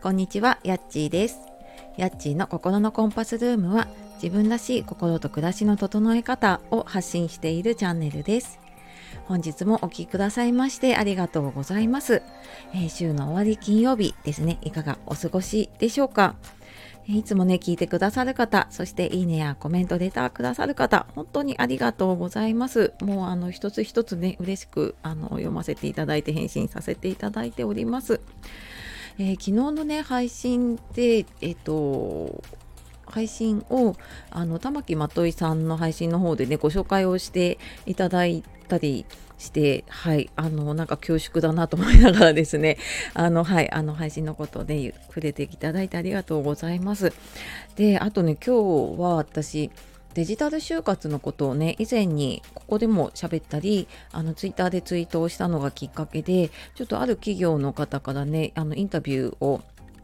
こんにちは、やっちーです。やっちーの心のコンパスルームは、自分らしい心と暮らしの整え方を発信しているチャンネルです。本日もお聞きくださいましてありがとうございます。週の終わり金曜日ですね、いかがお過ごしでしょうか。いつもね聞いてくださる方、そしていいねやコメントレターくださる方、本当にありがとうございます。もう一つ一つね嬉しく読ませていただいて返信させていただいております。昨日のね配信で配信を玉木まといさんの配信の方でねご紹介をしていただいたりして、はいなんか恐縮だなと思いながらですね配信のことで触れていただいてありがとうございます。であとね今日は私デジタル就活のことをね以前にここでも喋ったりツイッターでツイートをしたのがきっかけで、ちょっとある企業の方からねインタビューを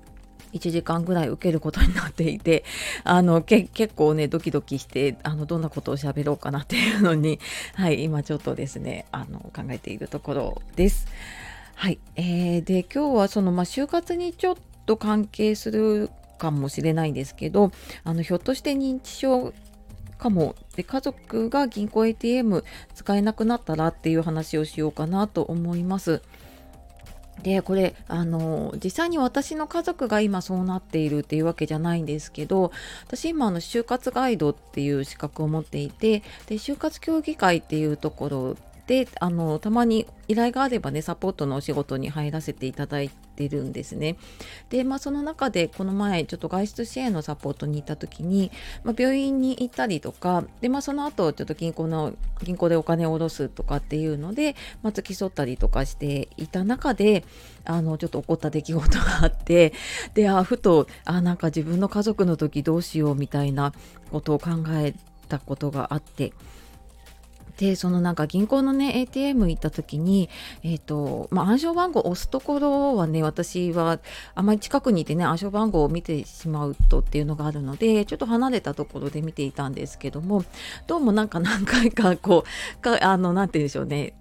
1時間ぐらい受けることになっていて、結構ねドキドキしてどんなことを喋ろうかなっていうのに、今ちょっとですね考えているところです。で今日はその、就活にちょっと関係するかもしれないんですけど、ひょっとして認知症かもで、家族が銀行 ATM 使えなくなったらっていう話をしようかなと思います。でこれ実際に私の家族が今そうなっているっていうわけじゃないんですけど、私今就活ガイドっていう資格を持っていて、で就活協議会っていうところでたまに依頼があればねサポートのお仕事に入らせていただいてるんですね。でその中でこの前ちょっと外出支援のサポートに行った時に、病院に行ったりとかで、その後ちょっと銀行でお金を下ろすとかっていうので、付き添ったりとかしていた中でちょっと起こった出来事があって、でふとなんか自分の家族の時どうしようみたいなことを考えたことがあって、でそのなんか銀行のね ATM 行った時に暗証番号を押すところはね、私はあまり近くにいてね暗証番号を見てしまうとっていうのがあるので、ちょっと離れたところで見ていたんですけども、どうもなんか何回かなんて言うんでしょうね、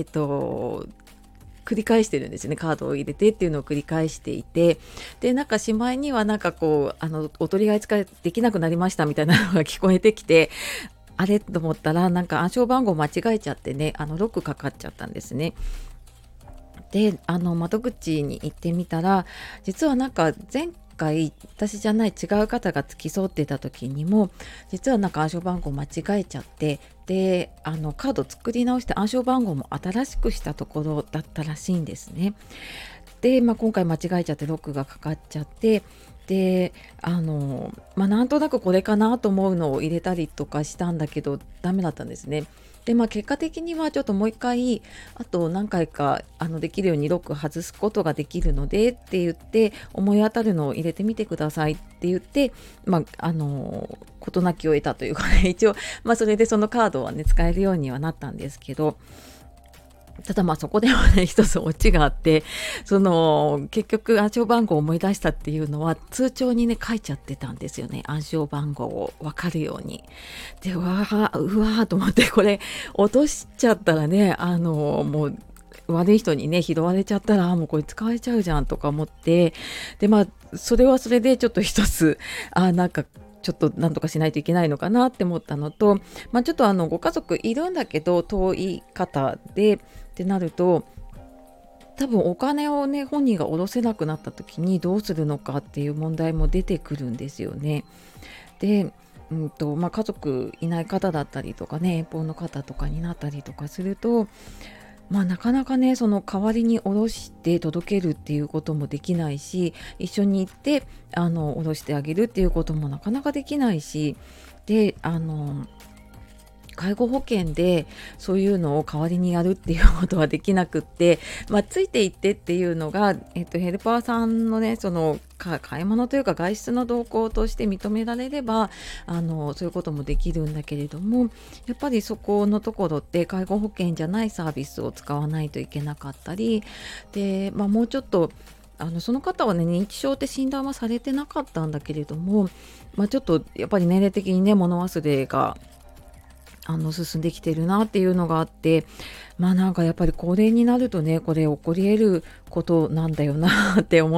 繰り返してるんですね。カードを入れてっていうのを繰り返していて、でなんかしまいにはなんかお取り扱いできなくなりましたみたいなのが聞こえてきて、あれと思ったらなんか暗証番号間違えちゃってねロックかかっちゃったんですね。で窓口に行ってみたら、実はなんか前回私じゃない違う方が付き添ってた時にも実はなんか暗証番号間違えちゃって、でカード作り直して暗証番号も新しくしたところだったらしいんですね。で、今回間違えちゃってロックがかかっちゃって、でなんとなくこれかなと思うのを入れたりとかしたんだけどダメだったんですね。で結果的にはちょっともう一回あと何回かできるようにロック外すことができるのでって言って、思い当たるのを入れてみてくださいって言って事なきを得たというかね、一応それでそのカードはね使えるようにはなったんですけど、ただそこではね一つオチがあって、結局暗証番号を思い出したっていうのは通帳にね書いちゃってたんですよね、暗証番号を分かるように。でうわーと思って、これ落としちゃったらねもう悪い人にね拾われちゃったらもうこれ使えちゃうじゃんとか思って、でそれはそれでちょっと一つなんかちょっと何とかしないといけないのかなって思ったのと、ちょっとご家族いるんだけど遠い方でってなると、多分お金をね本人が下ろせなくなった時にどうするのかっていう問題も出てくるんですよね。で家族いない方だったりとかね、遠方の方とかになったりとかすると、なかなかねその代わりに下ろして届けるっていうこともできないし、一緒に行って下ろしてあげるっていうこともなかなかできないし、で介護保険でそういうのを代わりにやるっていうことはできなくって、ついていってっていうのが、ヘルパーさんのね買い物というか外出の動向として認められればそういうこともできるんだけれども、やっぱりそこのところって介護保険じゃないサービスを使わないといけなかったりで、もうちょっとその方はね認知症って診断はされてなかったんだけれども、ちょっとやっぱり年齢的にね物忘れが進んできてるなっていうのがあって、なんかやっぱり高齢になるとねこれ起こり得ることなんだよなって思っ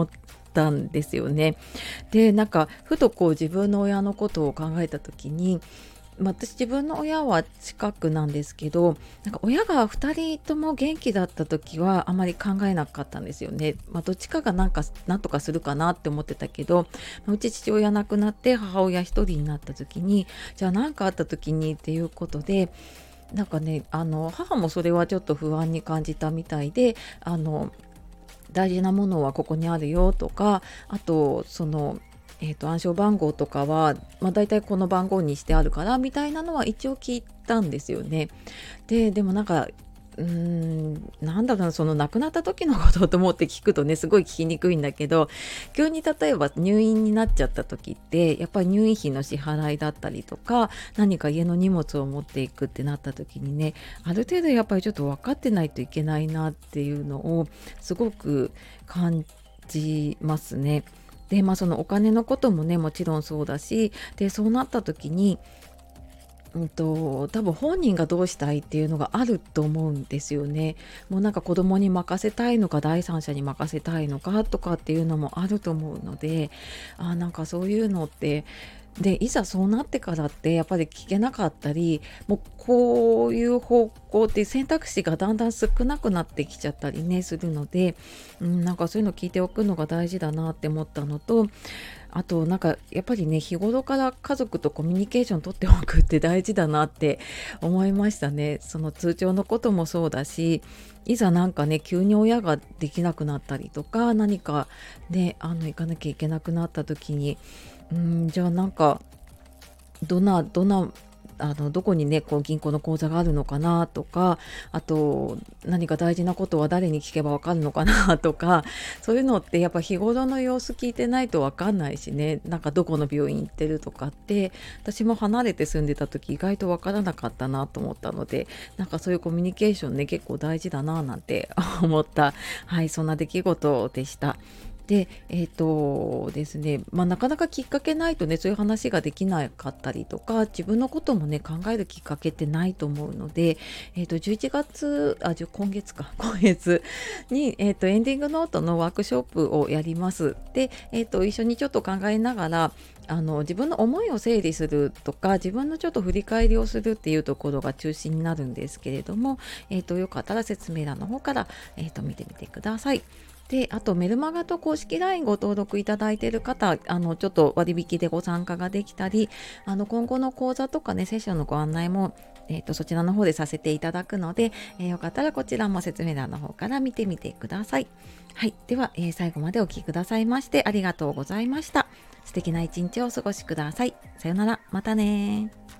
たんですよね。で、なんかふとこう自分の親のことを考えた時に、私自分の親は近くなんですけど、なんか親が2人とも元気だった時はあまり考えなかったんですよね。どっちかがなんとかするかなって思ってたけど、うち父親亡くなって母親一人になった時に、じゃあ何かあった時にっていうことで、なんかね、母もそれはちょっと不安に感じたみたいで、大事なものはここにあるよとか、あと暗証番号とかは、だいたいこの番号にしてあるからみたいなのは一応聞いたんですよね。でもなんかなんだろうな、その亡くなった時のことと思って聞くとね、すごい聞きにくいんだけど、急に例えば入院になっちゃった時って、やっぱり入院費の支払いだったりとか、何か家の荷物を持っていくってなった時にね、ある程度やっぱりちょっと分かってないといけないなっていうのをすごく感じますね。で、そのお金のこともね、もちろんそうだし、で、そうなった時に多分本人がどうしたいっていうのがあると思うんですよね。もうなんか子供に任せたいのか第三者に任せたいのかとかっていうのもあると思うので、なんかそういうのって、でいざそうなってからってやっぱり聞けなかったり、もうこういう方向って選択肢がだんだん少なくなってきちゃったりねするので、なんかそういうの聞いておくのが大事だなって思ったのと、あとなんかやっぱりね、日頃から家族とコミュニケーション取っておくって大事だなって思いましたね。その通帳のこともそうだし、いざなんかね、急に親ができなくなったりとか、何かね、行かなきゃいけなくなった時に、じゃあなんかどんなどこにね、こう銀行の口座があるのかなとか、あと何か大事なことは誰に聞けばわかるのかなとか、そういうのってやっぱ日頃の様子聞いてないとわかんないしね、なんかどこの病院行ってるとかって、私も離れて住んでた時意外とわからなかったなと思ったので、なんかそういうコミュニケーションね、結構大事だななんて思った、はい、そんな出来事でした。で、ですね、なかなかきっかけないとね、そういう話ができなかったりとか、自分のこともね、考えるきっかけってないと思うので、11月、今月か、今月に、エンディングノートのワークショップをやります。で、一緒にちょっと考えながら、自分の思いを整理するとか、自分のちょっと振り返りをするっていうところが中心になるんですけれども、よかったら説明欄の方から、見てみてください。で、あとメルマガと公式 LINE ご登録いただいている方、ちょっと割引でご参加ができたり、今後の講座とかね、セッションのご案内も、そちらの方でさせていただくので、よかったらこちらも説明欄の方から見てみてください。はい。では、最後までお聞きくださいましてありがとうございました。素敵な一日をお過ごしください。さよなら。またね。